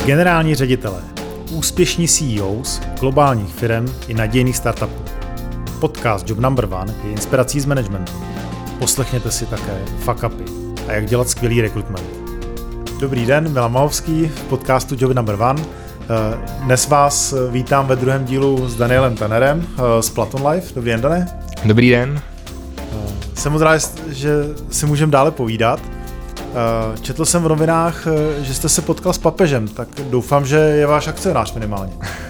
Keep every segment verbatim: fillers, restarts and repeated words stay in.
Generální ředitelé, úspěšní C E Os globálních firm i nadějných startupů. Podcast Job Number One je inspirací z managementu. Poslechněte si také fuck upy a jak dělat skvělý rekrutment. Dobrý den, Milan Mahovský v podcastu Job Number One. Dnes vás vítám ve druhém dílu s Danielem Tannerem z Platon Life. Dobrý den, Dane. Dobrý den. Jsem moc rád, že si můžeme dále povídat. Četl jsem v novinách, že jste se potkal s papežem, tak doufám, že je váš akcionář minimálně.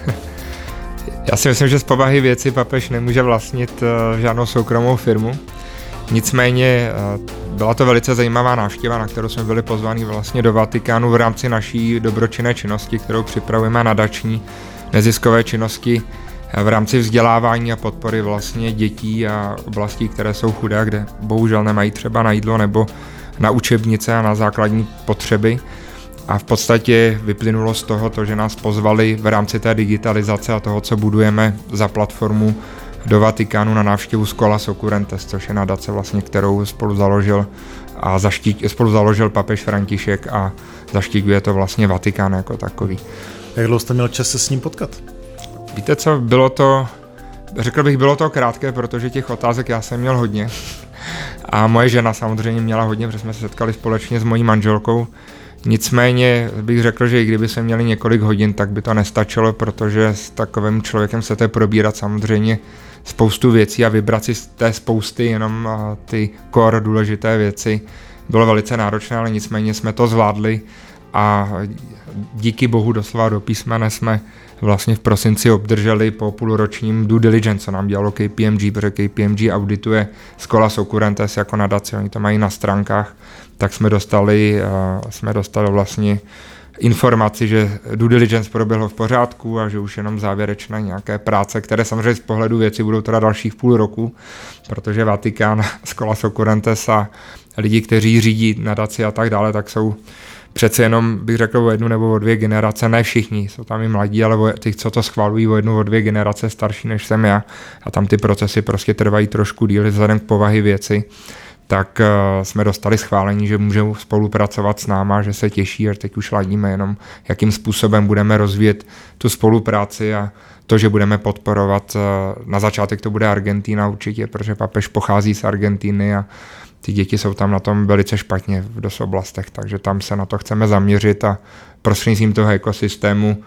Já si myslím, že z povahy věci papež nemůže vlastnit žádnou soukromou firmu. Nicméně byla to velice zajímavá návštěva, na kterou jsme byli pozváni vlastně do Vatikánu v rámci naší dobročinné činnosti, kterou připravujeme nadační neziskové činnosti v rámci vzdělávání a podpory vlastně dětí a oblastí, které jsou chudé, kde bohužel nemají třeba na jídlo nebo na učebnice a na základní potřeby. A v podstatě vyplynulo z toho, to, že nás pozvali v rámci té digitalizace a toho, co budujeme za platformu do Vatikánu na návštěvu Scholas Occurrentes, což je nadace vlastně, kterou spolu založil a zaští, spolu založil papež František a zaštiťuje to vlastně Vatikán jako takový. Jak dlouho jste měl čas se s ním potkat? Víte co, bylo to, řekl bych, bylo to krátké, protože těch otázek já jsem měl hodně. A moje žena samozřejmě měla hodně, protože jsme se setkali společně s mojí manželkou. Nicméně bych řekl, že i kdyby se měli několik hodin, tak by to nestačilo, protože s takovým člověkem chcete probírat samozřejmě spoustu věcí a vybrat si z té spousty jenom ty core důležité věci. Bylo velice náročné, ale nicméně jsme to zvládli a díky bohu doslova do písmene jsme vlastně v prosinci obdrželi po půlročním due diligence, co nám dělalo K P M G, protože K P M G audituje Scholas Occurrentes jako nadace, oni to mají na stránkách, tak jsme dostali, uh, jsme dostali vlastně informaci, že due diligence proběhlo v pořádku a že už jenom závěrečné nějaké práce, které samozřejmě z pohledu věci budou teda dalších půl roku, protože Vatikán, Scholas Occurrentes a lidi, kteří řídí nadaci a tak dále, tak jsou přece jenom, bych řekl, o jednu nebo o dvě generace, ne všichni, jsou tam i mladí, ale o ty, co to schvalují, o jednu, o dvě generace starší, než jsem já. A tam ty procesy prostě trvají trošku díl vzhledem k povahy věci. Tak uh, jsme dostali schválení, že můžou spolupracovat s náma, že se těší a teď už ladíme jenom, jakým způsobem budeme rozvíjet tu spolupráci a to, že budeme podporovat. Uh, na začátek to bude Argentina určitě, protože papež pochází z Argentiny a ty děti jsou tam na tom velice špatně v dost oblastech, takže tam se na to chceme zaměřit a prostřednictvím toho ekosystému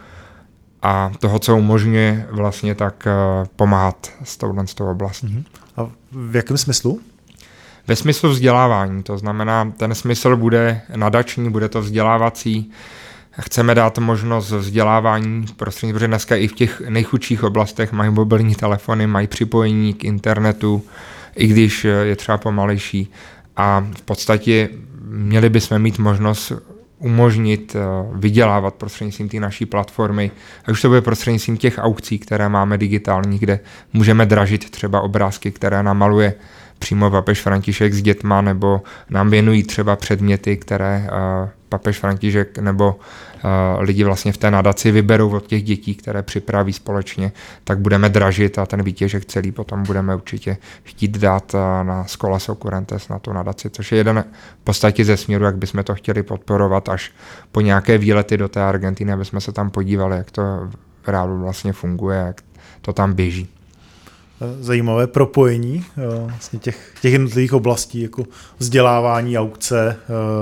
a toho, co umožňuje vlastně, tak uh, pomáhat s touhle s tou oblastí. A v jakém smyslu? Ve smyslu vzdělávání, to znamená, ten smysl bude nadační, bude to vzdělávací. Chceme dát možnost vzdělávání prostřednictvím, protože dneska i v těch nejchudších oblastech mají mobilní telefony, mají připojení k internetu, i když je třeba pomalejší. A v podstatě měli bychom mít možnost umožnit vydělávat prostřednictvím té naší platformy. A už to bude prostřednictvím těch aukcí, které máme digitální, kde můžeme dražit třeba obrázky, které namaluje přímo papež František s dětma, nebo nám věnují třeba předměty, které uh, papež František nebo uh, lidi vlastně v té nadaci vyberou od těch dětí, které připraví společně, tak budeme dražit a ten výtěžek celý potom budeme určitě chtít dát uh, na Scholas Occurrentes, na tu nadaci, což je jeden v podstatě ze směru, jak bychom to chtěli podporovat až po nějaké výlety do té Argentiny, aby jsme se tam podívali, jak to v reálu vlastně funguje, jak to tam běží. Zajímavé propojení vlastně těch, těch jednotlivých oblastí, jako vzdělávání, aukce,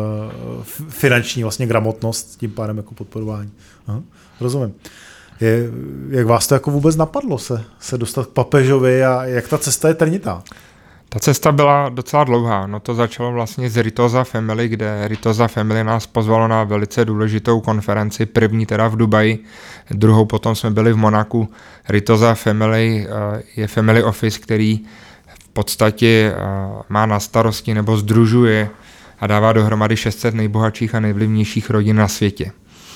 finanční vlastně gramotnost, tím pádem jako podporování. Aha, rozumím. Je, jak vás to jako vůbec napadlo se, se dostat k papežovi a jak ta cesta je trnitá? Ta cesta byla docela dlouhá. No to začalo vlastně z Ritoza Family, kde Ritoza Family nás pozvalo na velice důležitou konferenci, první teda v Dubaji, druhou potom jsme byli v Monaku. Ritoza Family je family office, který v podstatě má na starosti nebo sdružuje a dává dohromady šest set nejbohatších a nejvlivnějších rodin na světě.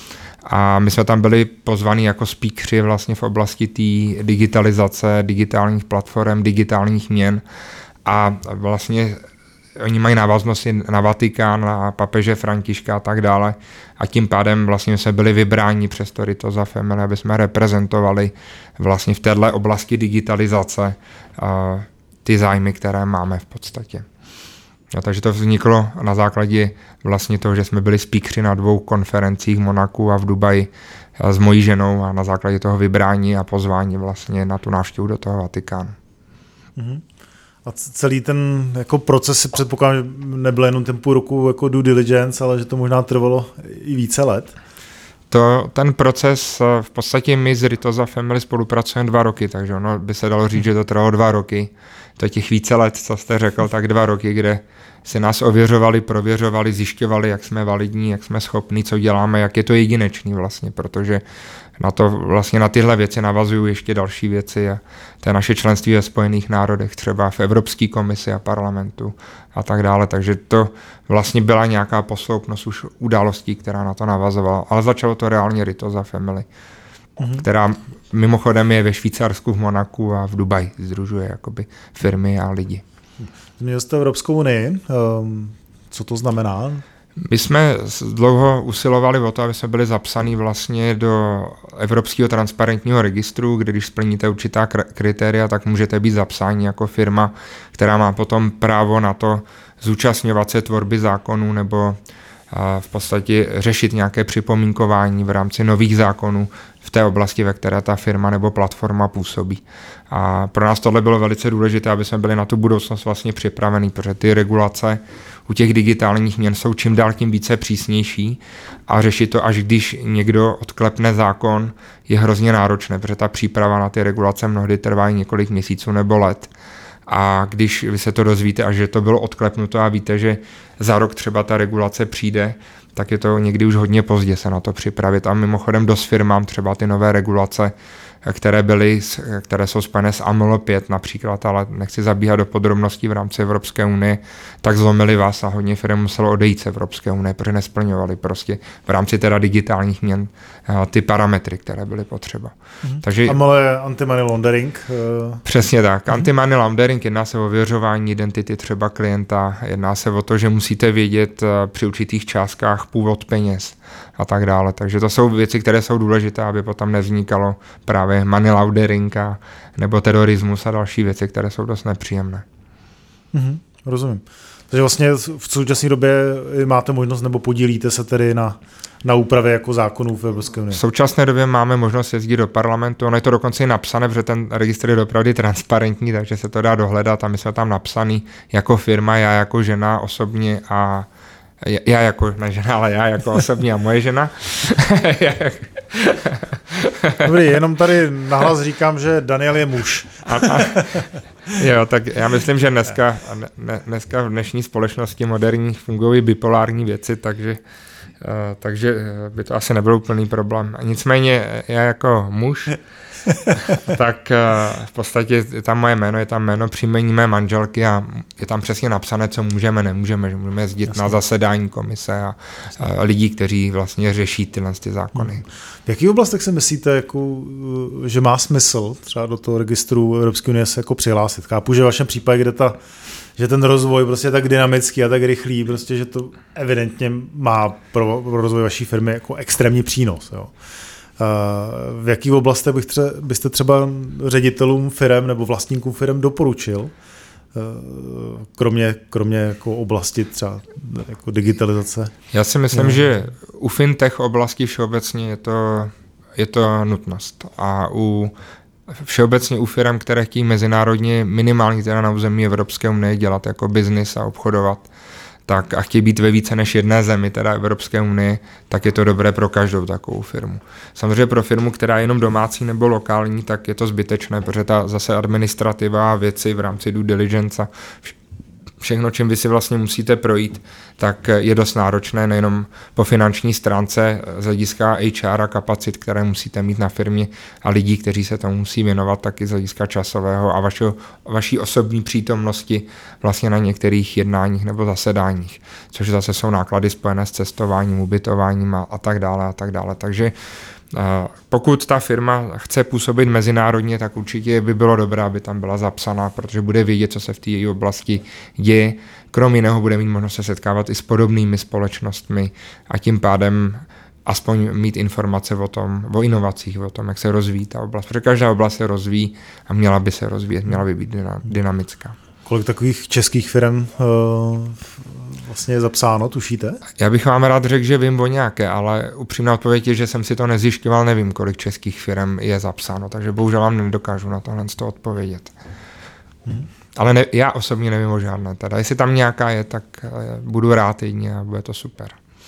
A my jsme tam byli pozvaní jako speakeři vlastně v oblasti té digitalizace, digitálních platform, digitálních měn. A vlastně oni mají návaznosti na Vatikán, na papeže Františka a tak dále. A tím pádem vlastně jsme byli vybráni přes to Ritoza Family, aby jsme reprezentovali vlastně v této oblasti digitalizace uh, ty zájmy, které máme v podstatě. No, takže to vzniklo na základě vlastně toho, že jsme byli speakeři na dvou konferencích v Monaku a v Dubaji s mojí ženou a na základě toho vybrání a pozvání vlastně na tu návštěvu do toho Vatikánu. Mm-hmm. A celý ten jako proces si předpokládám, že nebyl jenom ten půl roku jako due diligence, ale že to možná trvalo i více let. To, ten proces, v podstatě my s Ritoza Family spolupracujeme dva roky, takže ono by se dalo říct, že to trvalo dva roky. To těch více let, co jste řekl, tak dva roky, kde si nás ověřovali, prověřovali, zjišťovali, jak jsme validní, jak jsme schopní, co děláme, jak je to jedinečný vlastně, protože na to vlastně na tyhle věci navazují ještě další věci a to je naše členství ve Spojených národech, třeba v Evropské komisi a parlamentu a tak dále, takže to vlastně byla nějaká posloupnost už událostí, která na to navazovala, ale začalo to reálně Ritoza Family, mm-hmm. která mimochodem je ve Švýcarsku, v Monaku a v Dubaji, sdružuje jakoby firmy a lidi. Zmínil jste Evropskou unii, co to znamená? My jsme dlouho usilovali o to, aby jsme byli zapsaní vlastně do Evropského transparentního registru, kde když splníte určitá kritéria, tak můžete být zapsáni jako firma, která má potom právo na to zúčastňovat se tvorby zákonů nebo v podstatě řešit nějaké připomínkování v rámci nových zákonů v té oblasti, ve které ta firma nebo platforma působí. A pro nás tohle bylo velice důležité, aby jsme byli na tu budoucnost vlastně připravení, protože ty regulace u těch digitálních měn jsou čím dál tím více přísnější a řešit to, až když někdo odklepne zákon, je hrozně náročné, protože ta příprava na ty regulace mnohdy trvá několik měsíců nebo let. A když vy se to dozvíte, až že to bylo odklepnuto a víte, že za rok třeba ta regulace přijde, tak je to někdy už hodně pozdě se na to připravit. A mimochodem dost firmám třeba ty nové regulace, které byly, které jsou spojené s A M L pět například, ale nechci zabíhat do podrobností v rámci Evropské unie, tak zlomili vás a hodně firm muselo odejít z Evropské unie, protože nesplňovali prostě v rámci teda digitálních měn ty parametry, které byly potřeba. Mm-hmm. Takže A M L je anti-money laundering. Přesně tak. Mm-hmm. Anti-money laundering, jedná se o ověřování identity třeba klienta, jedná se o to, že musíte vědět při určitých částkách původ peněz a tak dále. Takže to jsou věci, které jsou důležité, aby potom nevznikalo právě money laundering nebo terorismus a další věci, které jsou dost nepříjemné. Mm-hmm, rozumím. Takže vlastně v současné době máte možnost nebo podílíte se tedy na, na úpravě jako zákonů v Evropské unii? V současné době máme možnost jezdit do parlamentu, ono je to dokonce i napsané, protože ten registr je opravdu transparentní, takže se to dá dohledat a my jsme tam napsaný jako firma, já jako žena osobně a já jako, ne žena, ale já jako osobně a moje žena. Dobrý, jenom tady nahlas říkám, že Daniel je muž. A, a, jo, tak já myslím, že dneska, ne, dneska v dnešní společnosti moderních fungují bipolární věci, takže, uh, takže by to asi nebyl úplný problém. A nicméně já jako muž, tak uh, v podstatě je tam moje jméno, je tam jméno příjmení mé manželky a je tam přesně napsané, co můžeme, nemůžeme, že můžeme jezdit Jasně. na zasedání komise a, a lidí, kteří vlastně řeší tyhle ty zákony. Hmm. V jakých oblastech si myslíte, jako, že má smysl třeba do toho registru Evropské unie se jako přihlásit? Chápu, že v vašem případě, kde ta, že ten rozvoj prostě je tak dynamický a tak rychlý, prostě, že to evidentně má pro, pro rozvoj vaší firmy jako extrémní přínos. Jo. V jakých oblastech bych tře, byste třeba ředitelům firem nebo vlastníkům firem doporučil, kromě, kromě jako oblasti třeba jako digitalizace? Já si myslím, no. že u fintech oblasti všeobecně je to, je to nutnost. A u všeobecně u firem, které chtějí mezinárodně minimálně teda na území Evropské unie dělat jako biznis a obchodovat, tak a chtějí být ve více než jedné zemi, teda Evropské unie, tak je to dobré pro každou takovou firmu. Samozřejmě pro firmu, která je jenom domácí nebo lokální, tak je to zbytečné, protože ta zase administrativa a věci v rámci due diligence, všechno, čím vy si vlastně musíte projít, tak je dost náročné nejenom po finanční stránce z hlediska H R a kapacit, které musíte mít na firmě a lidí, kteří se tomu musí věnovat, taky z hlediska časového a vašeho, vaší osobní přítomnosti vlastně na některých jednáních nebo zasedáních, což zase jsou náklady spojené s cestováním, ubytováním a, a tak dále a tak dále. Takže pokud ta firma chce působit mezinárodně, tak určitě by bylo dobré, aby tam byla zapsaná, protože bude vědět, co se v té její oblasti děje. Krom jiného bude mít možnost se setkávat i s podobnými společnostmi a tím pádem aspoň mít informace o tom, o inovacích, o tom, jak se rozvíjí ta oblast. Protože každá oblast se rozvíjí a měla by se rozvíjet, měla by být dynamická. Kolik takových českých firm uh, vlastně je zapsáno, tušíte? Já bych vám rád řekl, že vím o nějaké, ale upřímná odpověď je, že jsem si to nezjišťoval, nevím, kolik českých firm je zapsáno, takže bohužel vám nedokážu na tohle z toho odpovědět. Hmm. Ale ne, já osobně nevím o žádné. Teda. Jestli tam nějaká je, tak budu rád jedině a bude to super.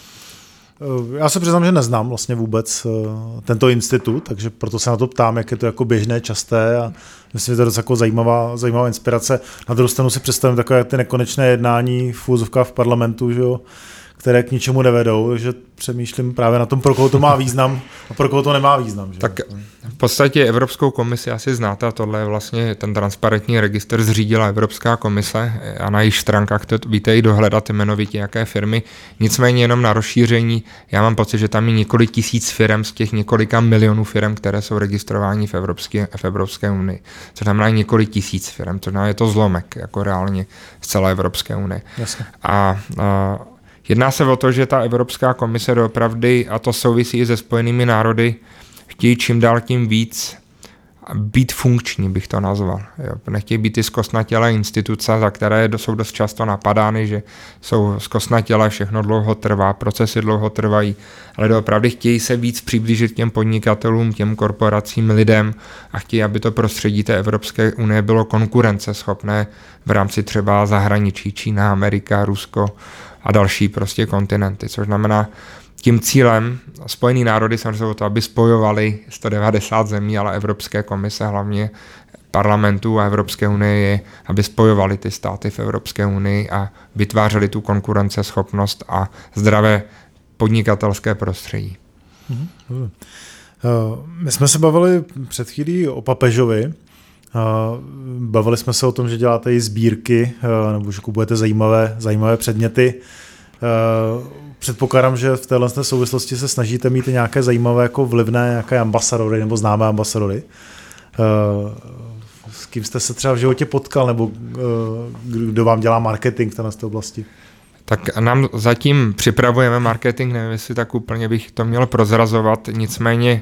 Já se přiznám, že neznám vlastně vůbec tento institut, takže proto se na to ptám, jak je to jako běžné, časté a myslím, že to je docela jako zajímavá, zajímavá inspirace. Na druhou stranu si představím takové ty nekonečné jednání v úvozovkách v parlamentu, že jo, které k ničemu nevedou, takže přemýšlím právě na tom, pro koho to má význam a pro koho to nemá význam. Že? Tak v podstatě Evropskou komisi asi znáte a tohle je vlastně ten transparentní registr zřídila Evropská komise a na jejich stránkách to víte i dohledat jmenovitě jaké firmy. Nicméně jenom na rozšíření, já mám pocit, že tam je několik tisíc firm z těch několika milionů firm, které jsou registrovány v Evropské, v Evropské unii. Což znamená několik tisíc firm, to znamená je to zlomek jako reálně z celé Evropské unie. Jasně. A, a jedná se o to, že ta Evropská komise doopravdy, a to souvisí i se Spojenými národy, chtějí čím dál tím víc být funkční, bych to nazval. Jo. Nechtějí být ty zkostnatělé instituce, za které jsou dost často napadány, že jsou zkostnatělé, všechno dlouho trvá, procesy dlouho trvají, ale doopravdy chtějí se víc přiblížit těm podnikatelům, těm korporacím, lidem a chtějí, aby to prostředí té Evropské unie bylo konkurenceschopné v rámci třeba zahraničí, Čína, Amerika, Rusko a další prostě kontinenty, což znamená, tím cílem Spojený národy samozřejmě o to, aby spojovali sto devadesát zemí, ale Evropské komise, hlavně parlamentu a Evropské unie je, aby spojovali ty státy v Evropské unii a vytvářeli tu konkurenceschopnost a zdravé podnikatelské prostředí. Mm-hmm. My jsme se bavili před chvílí o papežovi. Bavili jsme se o tom, že děláte i sbírky, nebo že kupujete zajímavé, zajímavé předměty. Předpokládám, že v téhle souvislosti se snažíte mít nějaké zajímavé, jako vlivné nějaké ambasadory nebo známé ambasadory. S kým jste se třeba v životě potkal, nebo kdo vám dělá marketing v této oblasti? Tak nám zatím připravujeme marketing, nevím, jestli tak úplně bych to měl prozrazovat, nicméně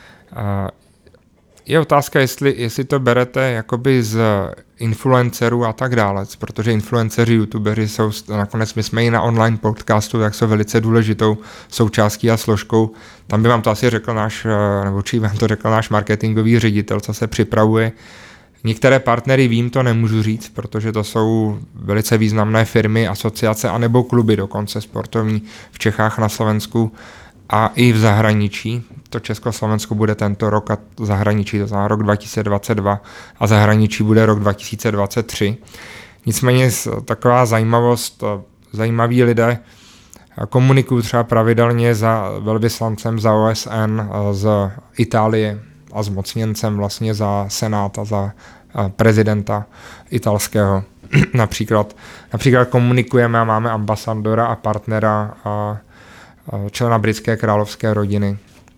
je otázka, jestli, jestli to berete jakoby z influencerů a tak dále, protože influenceři, youtubeři jsou, nakonec my jsme i na online podcastu, tak jsou velice důležitou součástí a složkou. Tam by vám to asi řekl náš, nebo či vám to řekl náš marketingový ředitel, co se připravuje. Některé partnery vím, to nemůžu říct, protože to jsou velice významné firmy, asociace anebo kluby dokonce sportovní v Čechách, na Slovensku a i v zahraničí. To Československo bude tento rok a zahraničí, to znamená rok dva tisíce dvacet dva a zahraničí bude rok dva tisíce dvacet tři. Nicméně taková zajímavost, zajímaví lidé komunikují třeba pravidelně za velvyslancem za O S N z Itálie a zmocněncem vlastně za Senát a za prezidenta italského. například, například komunikujeme a máme ambasadora a partnera a člena britské královské rodiny.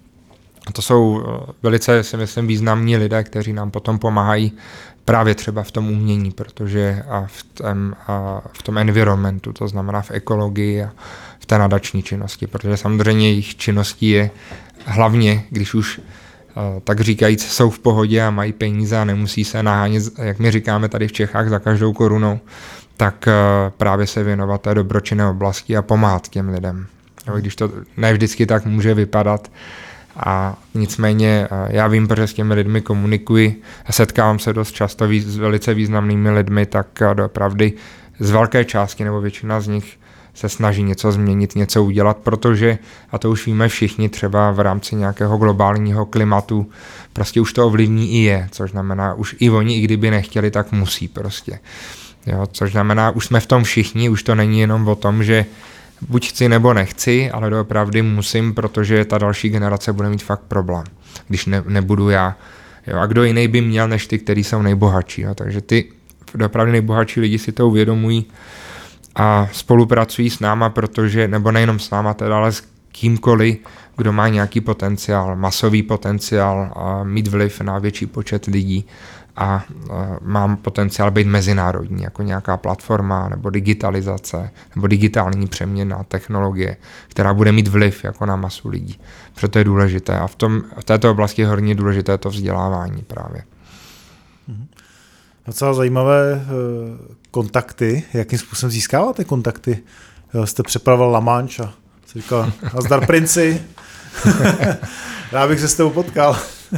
To jsou velice, si myslím, významní lidé, kteří nám potom pomáhají právě třeba v tom umění, protože a v, tom, a v tom environmentu, to znamená v ekologii a v té nadační činnosti, protože samozřejmě jejich činností je hlavně, když už tak říkajíc jsou v pohodě a mají peníze a nemusí se nahánět, jak my říkáme tady v Čechách, za každou korunou, tak právě se věnovat té dobročinné oblasti a pomáhat těm lidem. Když to ne vždycky tak může vypadat. A nicméně já vím, protože s těmi lidmi komunikuji a setkávám se dost často s velice významnými lidmi, tak opravdu z velké části nebo většina z nich se snaží něco změnit, něco udělat, protože, a to už víme všichni, třeba v rámci nějakého globálního klimatu, prostě už to ovlivní i je, což znamená, už i oni, i kdyby nechtěli, tak musí prostě. Jo, což znamená, už jsme v tom všichni, už to není jenom o tom, že buď chci nebo nechci, ale doopravdy musím, protože ta další generace bude mít fakt problém, když ne, nebudu já. Jo, a kdo jiný by měl, než ty, kteří jsou nejbohatší. Jo. Takže ty doopravdy nejbohatší lidi si to uvědomují a spolupracují s náma, protože, nebo nejenom s náma, teda, ale s kýmkoliv, kdo má nějaký potenciál, masový potenciál a mít vliv na větší počet lidí a mám potenciál být mezinárodní, jako nějaká platforma nebo digitalizace nebo digitální přeměna technologie, která bude mít vliv jako na masu lidí. Proto je důležité a v, tom, v této oblasti je hodně důležité to vzdělávání právě. Docela zajímavé kontakty. Jakým způsobem získáváte kontakty? Jste přepravoval La Manche a jsi říkal, nazdar princi. Já bych se s tebou potkal.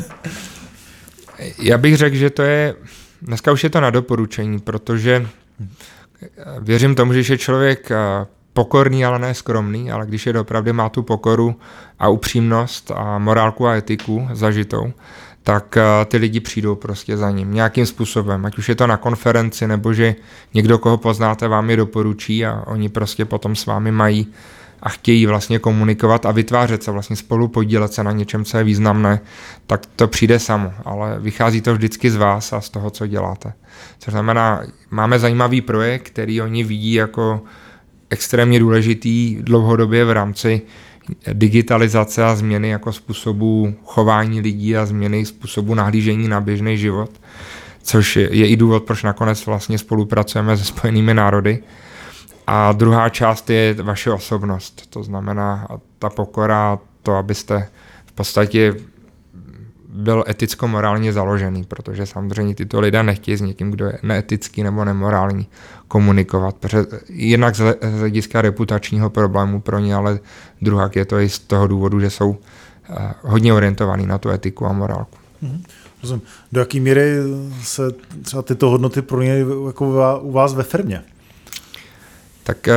Já bych řekl, že to je, dneska už je to na doporučení, protože věřím tomu, že je člověk pokorný, ale ne skromný, ale když je doopravdy má tu pokoru a upřímnost a morálku a etiku zažitou, tak ty lidi přijdou prostě za ním nějakým způsobem, ať už je to na konferenci, nebo že někdo, koho poznáte, vám je doporučí a oni prostě potom s vámi mají a chtějí vlastně komunikovat a vytvářet se, vlastně spolu podílet se na něčem, co je významné, tak to přijde samo, ale vychází to vždycky z vás a z toho, co děláte. Což znamená, máme zajímavý projekt, který oni vidí jako extrémně důležitý dlouhodobě v rámci digitalizace a změny jako způsobu chování lidí a změny způsobu nahlížení na běžný život, což je, je i důvod, proč nakonec vlastně spolupracujeme se Spojenými národy. A druhá část je vaše osobnost, to znamená ta pokora, to, abyste v podstatě byl eticko-morálně založený, protože samozřejmě tyto lidé nechtějí s někým, kdo je neetický nebo nemorální, komunikovat. Protože jednak z hlediska reputačního problému pro ně, ale druhak je to i z toho důvodu, že jsou hodně orientovaní na tu etiku a morálku. Mhm. Rozumím. Do jaké míry se třeba tyto hodnoty promění jako u vás ve firmě? Tak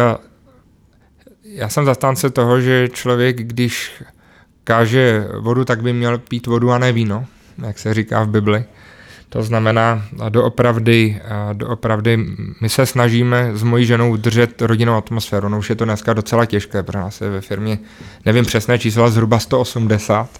já jsem zastánce toho, že člověk, když káže vodu, tak by měl pít vodu a ne víno, jak se říká v Bibli. To znamená, doopravdy, doopravdy my se snažíme s mojí ženou udržet rodinnou atmosféru. No už je to dneska docela těžké, protože nás je ve firmě, nevím přesné číslo, zhruba sto osmdesát.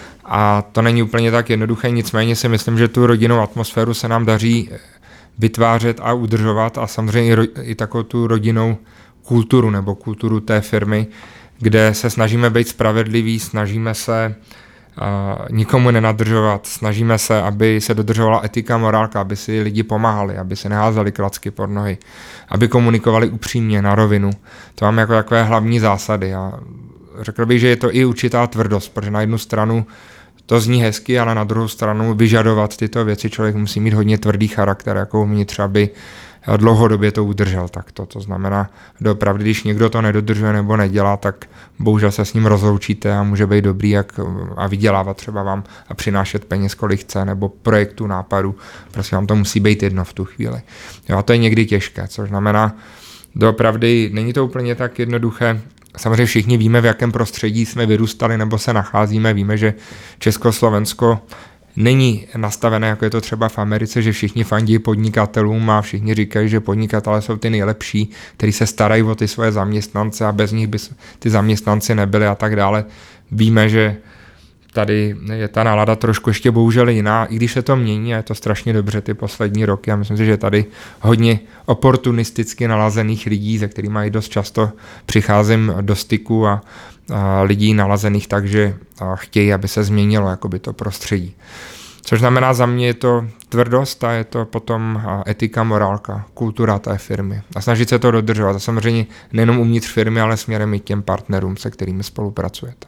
A to není úplně tak jednoduché, nicméně si myslím, že tu rodinnou atmosféru se nám daří vytvářet a udržovat a samozřejmě i takovou tu rodinnou kulturu nebo kulturu té firmy, kde se snažíme být spravedliví, snažíme se uh, nikomu nenadržovat, snažíme se, aby se dodržovala etika, morálka, aby si lidi pomáhali, aby se neházeli klacky pod nohy, aby komunikovali upřímně na rovinu. To máme jako takové hlavní zásady a řekl bych, že je to i určitá tvrdost, protože na jednu stranu to zní hezky, ale na druhou stranu vyžadovat tyto věci člověk musí mít hodně tvrdý charakter, jako uvnitř, aby dlouhodobě to udržel takto. To znamená, doopravdy, když někdo to nedodržuje nebo nedělá, tak bohužel se s ním rozloučíte a může být dobrý jak, a vydělávat třeba vám a přinášet peněz, kolik chce, nebo projektu, nápadu. Prostě vám to musí být jedno v tu chvíli. Jo, a to je někdy těžké, což znamená, doopravdy není to úplně tak jednoduché. Samozřejmě všichni víme, v jakém prostředí jsme vyrůstali nebo se nacházíme. Víme, že Československo není nastavené, jako je to třeba v Americe, že všichni fandí podnikatelům a všichni říkají, že podnikatelé jsou ty nejlepší, kteří se starají o ty svoje zaměstnance a bez nich by ty zaměstnanci nebyli a tak dále. Víme, že tady je ta nálada trošku ještě bohužel jiná, i když se to mění a je to strašně dobře ty poslední roky a myslím si, že tady hodně oportunisticky nalazených lidí, se kterými i dost často přicházím do styku a, a lidí nalazených tak, že chtějí, aby se změnilo jakoby to prostředí. Což znamená, za mě je to tvrdost a je to potom etika, morálka, kultura té firmy. A snažit se to dodržovat. A samozřejmě nejenom uvnitř firmy, ale směrem i k těm partnerům, se kterými spolupracujete.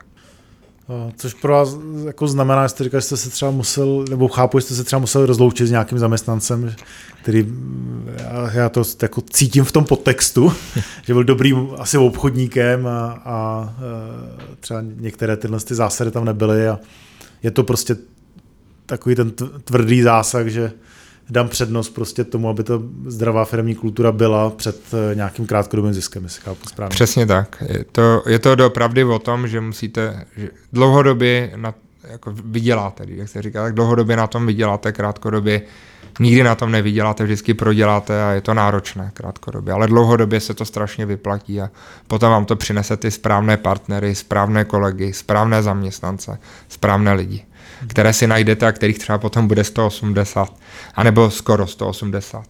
Což pro vás jako znamená, že jste říkal, že jste se třeba musel, nebo chápu, že jste se třeba musel rozloučit s nějakým zaměstnancem, který, já, já to jako cítím v tom podtextu, že byl dobrým asi obchodníkem a, a třeba některé tyhle ty zásady tam nebyly a je to prostě takový ten tvrdý zásah, že dám přednost prostě tomu, aby ta zdravá firemní kultura byla před nějakým krátkodobým ziskem, jestli chápu správně. Přesně tak. Je to, je to doopravdy o tom, že musíte že dlouhodobě na, jako vyděláte, jak se říká, tak dlouhodobě na tom vyděláte, krátkodobě nikdy na tom nevyděláte, vždycky proděláte a je to náročné krátkodobě, ale dlouhodobě se to strašně vyplatí a potom vám to přinese ty správné partnery, správné kolegy, správné zaměstnance, správné lidi, které si najdete a kterých třeba potom bude sto osmdesát, anebo skoro sto osmdesát.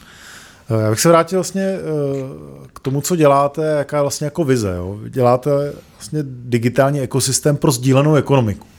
Já bych se vrátil vlastně k tomu, co děláte, jaká je vlastně jako vize. Jo? Děláte vlastně digitální ekosystém pro sdílenou ekonomiku.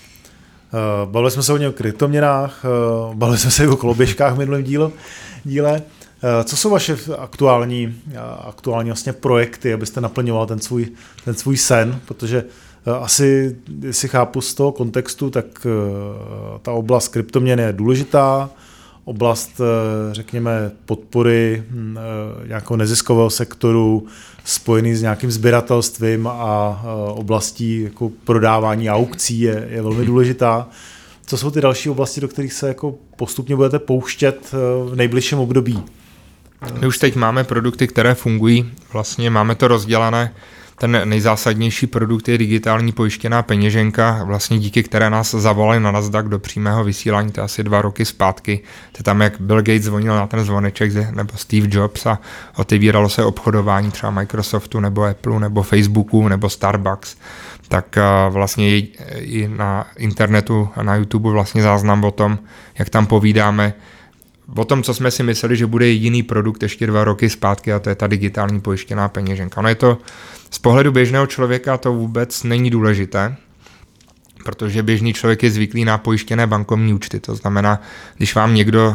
Bavili jsme se hodně o kryptoměnách, bavili jsme se o koloběžkách v minulém dílu, díle. Co jsou vaše aktuální, aktuální vlastně projekty, abyste naplňoval ten svůj, ten svůj sen, protože asi, jestli chápu z toho kontextu, tak ta oblast kryptoměn je důležitá, oblast, řekněme, podpory nějakého neziskového sektoru spojený s nějakým sběratelstvím a oblastí jako prodávání aukcí je, je velmi důležitá. Co jsou ty další oblasti, do kterých se jako postupně budete pouštět v nejbližším období? My už teď máme produkty, které fungují. Vlastně máme to rozdělané. Ten nejzásadnější produkt je digitální pojištěná peněženka, vlastně díky které nás zavolali na Nasdaq do přímého vysílání, to je asi dva roky zpátky. To je tam, jak Bill Gates zvonil na ten zvoneček, nebo Steve Jobs a otevíralo se obchodování třeba Microsoftu, nebo Apple, nebo Facebooku, nebo Starbucks. Tak vlastně i na internetu a na YouTube vlastně záznam o tom, jak tam povídáme o tom, co jsme si mysleli, že bude jediný produkt ještě dva roky zpátky, a to je ta digitální pojištěná peněženka. No je to z pohledu běžného člověka to vůbec není důležité, protože běžný člověk je zvyklý na pojištěné bankovní účty. To znamená, když vám někdo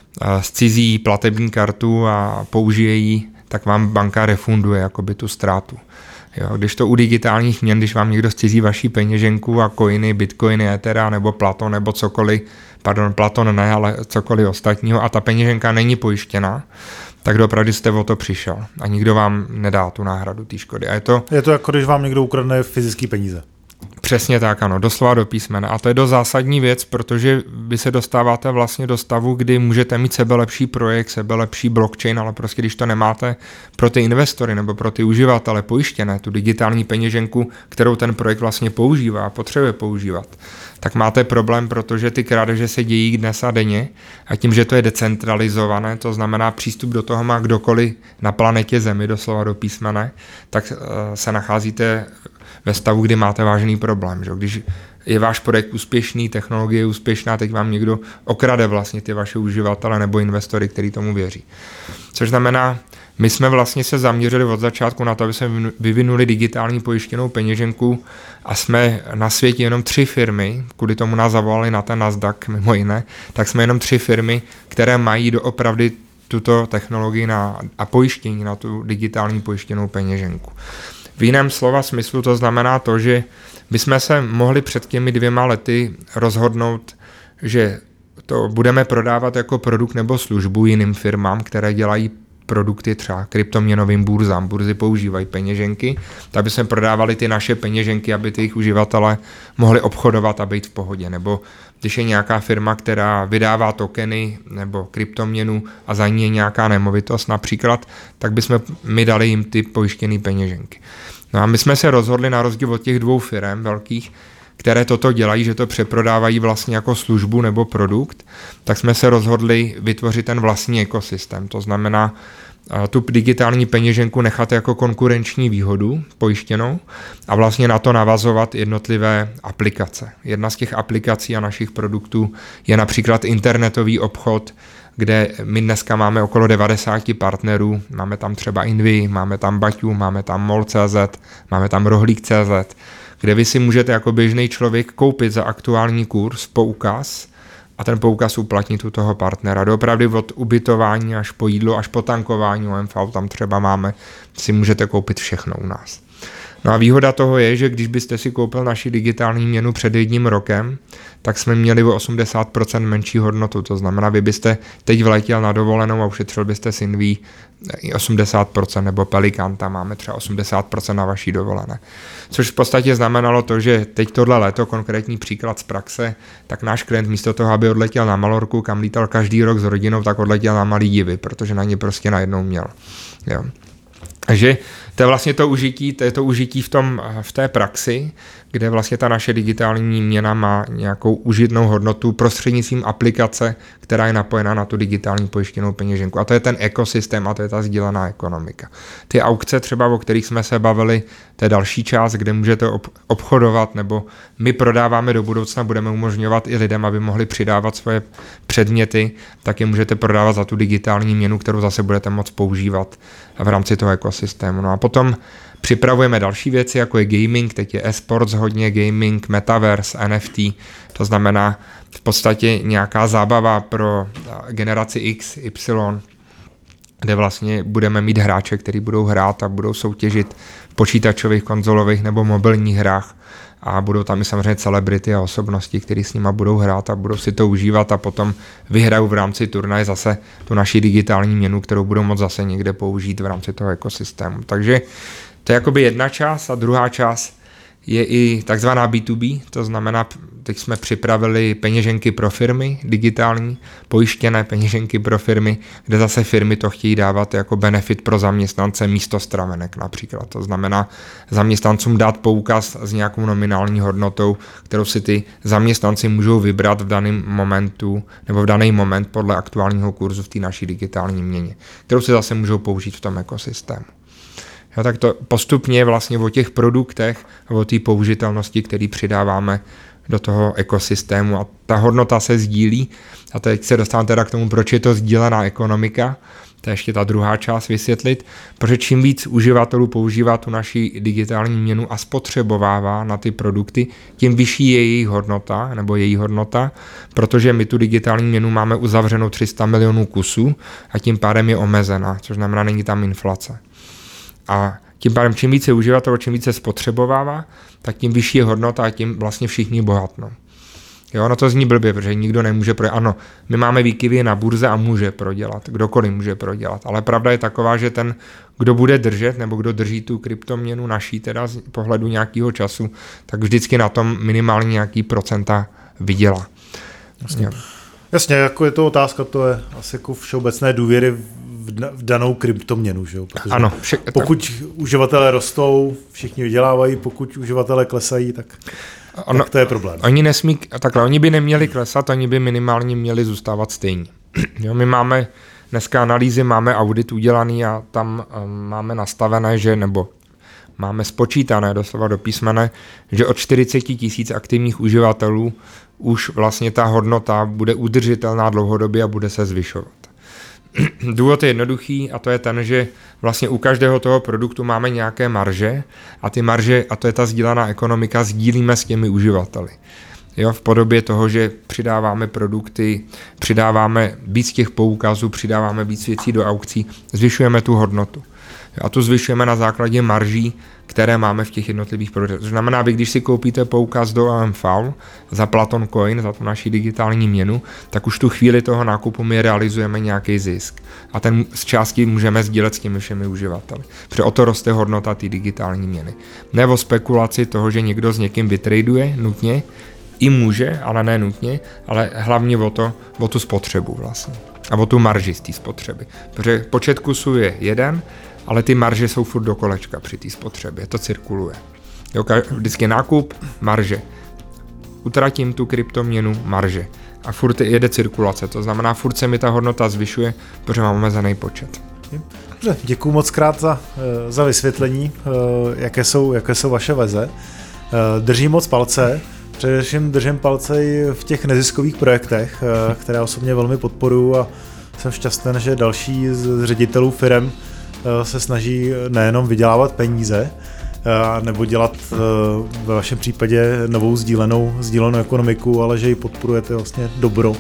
zcizí platební kartu a použije ji, tak vám banka refunduje jakoby tu ztrátu. Jo, když to u digitálních měn, když vám někdo zcizí vaší peněženku a coiny, bitcoiny, Ethera nebo Platon nebo cokoliv, pardon, Platon ne, ale cokoliv ostatního a ta peněženka není pojištěná, tak dopravdy jste o to přišel a nikdo vám nedá tu náhradu té škody. A je to, je to jako když vám někdo ukradne fyzické peníze. Přesně tak, ano, doslova do písmene. A to je dost zásadní věc, protože vy se dostáváte vlastně do stavu, kdy můžete mít sebelepší projekt, sebelepší blockchain, ale prostě když to nemáte pro ty investory nebo pro ty uživatele pojištěné, tu digitální peněženku, kterou ten projekt vlastně používá a potřebuje používat, tak máte problém, protože ty krádeže se dějí dnes a denně a tím, že to je decentralizované, to znamená přístup do toho má kdokoliv na planetě Zemi, doslova do písmene, tak se nacházíte ve stavu, kdy máte vážný problém. Že? Když je váš projekt úspěšný, technologie je úspěšná, teď vám někdo okrade vlastně ty vaše uživatele nebo investory, kteří tomu věří. Což znamená, my jsme vlastně se zaměřili od začátku na to, aby jsme vyvinuli digitální pojištěnou peněženku a jsme na světě jenom tři firmy, kvůli tomu nás zavolali na ten Nasdaq mimo jiné, tak jsme jenom tři firmy, které mají doopravdy tuto technologii na, a pojištění na tu digitální pojištěnou peněženku. V jiném slova smyslu to znamená to, že bychom se mohli před těmi dvěma lety rozhodnout, že to budeme prodávat jako produkt nebo službu jiným firmám, které dělají produkty třeba kryptoměnovým burzám. Burzy používají peněženky, tak bychom prodávali ty naše peněženky, aby ty jejich uživatelé mohli obchodovat a být v pohodě. Nebo když je nějaká firma, která vydává tokeny nebo kryptoměnu a za ní je nějaká nemovitost například, tak bychom my dali jim ty pojištěné peněženky. No a my jsme se rozhodli na rozdíl od těch dvou firm velkých, které toto dělají, že to přeprodávají vlastně jako službu nebo produkt, tak jsme se rozhodli vytvořit ten vlastní ekosystém. To znamená tu digitální peněženku nechat jako konkurenční výhodu pojištěnou a vlastně na to navazovat jednotlivé aplikace. Jedna z těch aplikací a našich produktů je například internetový obchod, kde my dneska máme okolo devadesát partnerů, máme tam třeba Invy, máme tam Baťu, máme tam Mol tečka cé zet, máme tam Rohlík tečka cé zet, kde vy si můžete jako běžný člověk koupit za aktuální kurz poukaz a ten poukaz uplatnit u toho partnera. Doopravdy od ubytování až po jídlo, až po tankování O M V, tam třeba máme, si můžete koupit všechno u nás. No a výhoda toho je, že když byste si koupil naši digitální měnu před jedním rokem, tak jsme měli o osmdesát procent menší hodnotu. To znamená, vy byste teď vletěl na dovolenou a ušetřil byste s Inví osmdesát procent, nebo Pelikan, tam máme třeba osmdesát procent na vaší dovolené. Což v podstatě znamenalo to, že teď tohle léto, konkrétní příklad z praxe, tak náš klient místo toho, aby odletěl na Malorku, kam lítal každý rok s rodinou, tak odletěl na Maledivi, protože na ně prostě najednou měl. Jo. Takže to je vlastně to užití, to je to užití v, tom, v té praxi, kde vlastně ta naše digitální měna má nějakou užitnou hodnotu prostřednictvím aplikace, která je napojená na tu digitální pojištěnou peněženku. A to je ten ekosystém a to je ta sdílená ekonomika. Ty aukce třeba, o kterých jsme se bavili, to je další část, kde můžete obchodovat, nebo my prodáváme do budoucna, budeme umožňovat i lidem, aby mohli přidávat svoje předměty, tak je můžete prodávat za tu digitální měnu, kterou zase budete moct používat v rámci toho ekosystému. No a potom připravujeme další věci, jako je gaming, teď je e-sports hodně, gaming, metaverse, N F T, to znamená v podstatě nějaká zábava pro generaci X, Y, kde vlastně budeme mít hráče, kteří budou hrát a budou soutěžit v počítačových, konzolových nebo mobilních hrách a budou tam i samozřejmě celebrity a osobnosti, které s nima budou hrát a budou si to užívat a potom vyhrajou v rámci turnaje zase tu naši digitální měnu, kterou budou moct zase někde použít v rámci toho ekosystému. Takže to je jakoby jedna část a druhá část je i takzvaná bé dvě bé, to znamená, teď jsme připravili peněženky pro firmy, digitální, pojištěné peněženky pro firmy, kde zase firmy to chtějí dávat jako benefit pro zaměstnance místo stravenek například. To znamená zaměstnancům dát poukaz s nějakou nominální hodnotou, kterou si ty zaměstnanci můžou vybrat v daném momentu nebo v daný moment podle aktuálního kurzu v té naší digitální měně, kterou si zase můžou použít v tom ekosystému. Jo, tak to postupně vlastně o těch produktech a o té použitelnosti, které přidáváme do toho ekosystému a ta hodnota se sdílí a teď se dostávám teda k tomu, proč je to sdílená ekonomika, to je ještě ta druhá část vysvětlit, protože čím víc uživatelů používá tu naši digitální měnu a spotřebovává na ty produkty, tím vyšší je její hodnota, nebo její hodnota, protože my tu digitální měnu máme uzavřenou tři sta milionů kusů a tím pádem je omezená, což znamená, není tam inflace. A tím pádem, čím více uživatelů, čím více spotřebovává, tak tím vyšší je hodnota a tím vlastně všichni bohatnou. Jo, no to zní blbě, protože nikdo nemůže prodělat. Ano, my máme výkyvy na burze a může prodělat, kdokoliv může prodělat, ale pravda je taková, že ten, kdo bude držet, nebo kdo drží tu kryptoměnu naší, teda z pohledu nějakého času, tak vždycky na tom minimálně nějaký procenta vydělá. Jasně. Jasně, jako je to otázka, to je asi jako všeobecné důvěry v danou kryptoměnu, že jo? Protože ano, vše, pokud tak. Uživatelé rostou, všichni vydělávají, pokud uživatelé klesají, tak, ono, tak to je problém. Oni nesmí, takhle, oni by neměli klesat, oni by minimálně měli zůstávat stejní. Jo, my máme dneska analýzy, máme audit udělaný a tam um, máme nastavené, že nebo máme spočítané doslova do písmene, že od čtyřicet tisíc aktivních uživatelů už vlastně ta hodnota bude udržitelná dlouhodobě a bude se zvyšovat. Důvod je jednoduchý a to je ten, že vlastně u každého toho produktu máme nějaké marže a ty marže, a to je ta sdílená ekonomika, sdílíme s těmi uživateli. Jo, v podobě toho, že přidáváme produkty, přidáváme víc těch poukazů, přidáváme víc věcí do aukcí, zvyšujeme tu hodnotu. A tu zvyšujeme na základě marží, které máme v těch jednotlivých produktech. To znamená, vy když si koupíte poukaz do O M V za Platon Coin, za tu naši digitální měnu, tak už tu chvíli toho nákupu my realizujeme nějaký zisk. A ten z části můžeme sdílet s těmi všemi uživateli. Protože o to roste hodnota té digitální měny. Ne o spekulaci toho, že někdo s někým vytraduje nutně, i může, ale ne nutně, ale hlavně o to, o tu spotřebu vlastně. A o tu marži z té spotřeby. Protože počet kusů je jeden, ale ty marže jsou furt do kolečka při té spotřebě, to cirkuluje. Jo, vždycky nákup, marže. Utratím tu kryptoměnu, marže. A furt jede cirkulace, to znamená, furt se mi ta hodnota zvyšuje, protože mám omezený počet. Dobře, děkuju moc krát za, za vysvětlení, jaké jsou, jaké jsou vaše veze. Držím moc palce, především držím palce i v těch neziskových projektech, které osobně velmi podporuji a jsem šťastný, že další z ředitelů firem se snaží nejenom vydělávat peníze, nebo dělat ve vašem případě novou sdílenou, sdílenou ekonomiku, ale že ji podporujete vlastně dobro,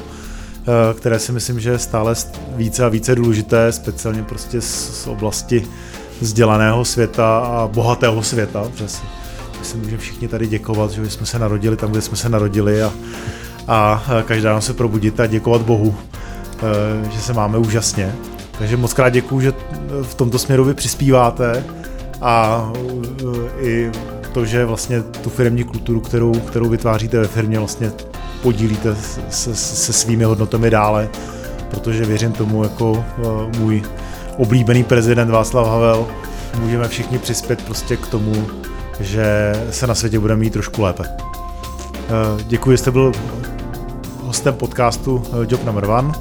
které si myslím, že je stále více a více důležité, speciálně prostě z oblasti vzdělaného světa a bohatého světa, protože si myslím, že všichni tady děkovat, že jsme se narodili tam, kde jsme se narodili a, a každá nám se probudit a děkovat Bohu, že se máme úžasně. Takže moc krát děkuju, že v tomto směru vy přispíváte a i to, že vlastně tu firemní kulturu, kterou, kterou vytváříte ve firmě, vlastně podílíte se, se svými hodnotami dále, protože věřím tomu, jako můj oblíbený prezident Václav Havel, můžeme všichni přispět prostě k tomu, že se na světě budeme mít trošku lépe. Děkuji, že jste byl hostem podcastu Job Number One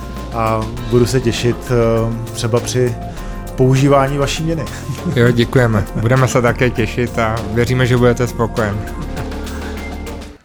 a budu se těšit třeba při používání vaší měny. Jo, děkujeme. Budeme se také těšit a věříme, že budete spokojen.